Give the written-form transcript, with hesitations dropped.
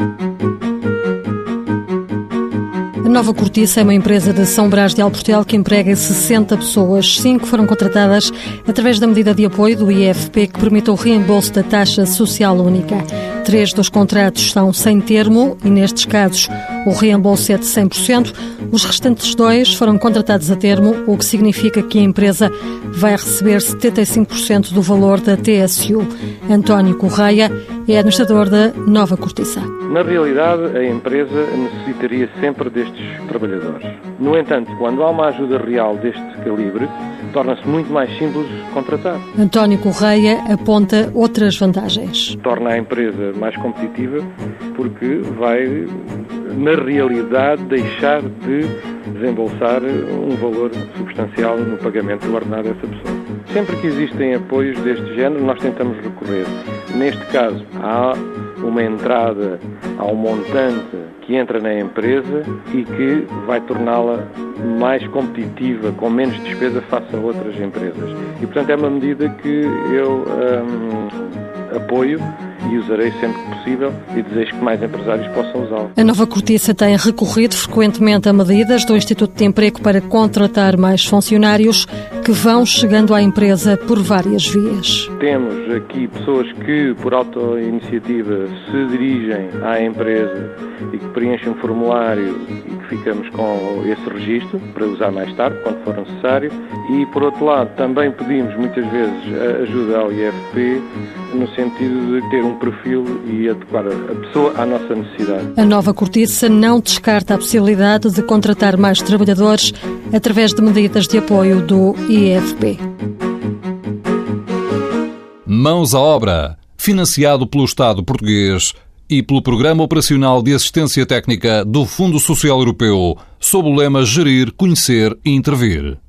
A Nova Cortiça é uma empresa de São Brás de Alportel que emprega 60 pessoas. 5 foram contratadas através da medida de apoio do IFP que permite o reembolso da taxa social única. 3 dos contratos estão sem termo e, nestes casos, o reembolso é de 100%. Os restantes 2 foram contratados a termo, o que significa que a empresa vai receber 75% do valor da TSU. António Correia é administrador da Nova Cortiça. Na realidade, a empresa necessitaria sempre destes trabalhadores. No entanto, quando há uma ajuda real deste calibre, torna-se muito mais simples contratar. António Correia aponta outras vantagens. Torna a empresa mais competitiva porque vai, na realidade, deixar de desembolsar um valor substancial no pagamento do ordenado dessa pessoa. Sempre que existem apoios deste género, nós tentamos recorrer. Neste caso, há uma entrada, há um montante que entra na empresa e que vai torná-la mais competitiva, com menos despesa face a outras empresas. E, portanto, é uma medida que eu apoio e usarei sempre que possível e desejo que mais empresários possam usá-lo. A Nova Cortiça tem recorrido frequentemente a medidas do Instituto de Emprego para contratar mais funcionários que vão chegando à empresa por várias vias. Temos aqui pessoas que, por autoiniciativa, se dirigem à empresa e que preenchem um formulário e que ficamos com esse registro para usar mais tarde, quando for necessário. E, por outro lado, também pedimos muitas vezes a ajuda ao IFP no sentido de ter um perfil e adequar a pessoa à nossa necessidade. A Nova Cortiça não descarta a possibilidade de contratar mais trabalhadores através de medidas de apoio do IFP. Mãos à obra, financiado pelo Estado português e pelo Programa Operacional de Assistência Técnica do Fundo Social Europeu, sob o lema Gerir, Conhecer e Intervir.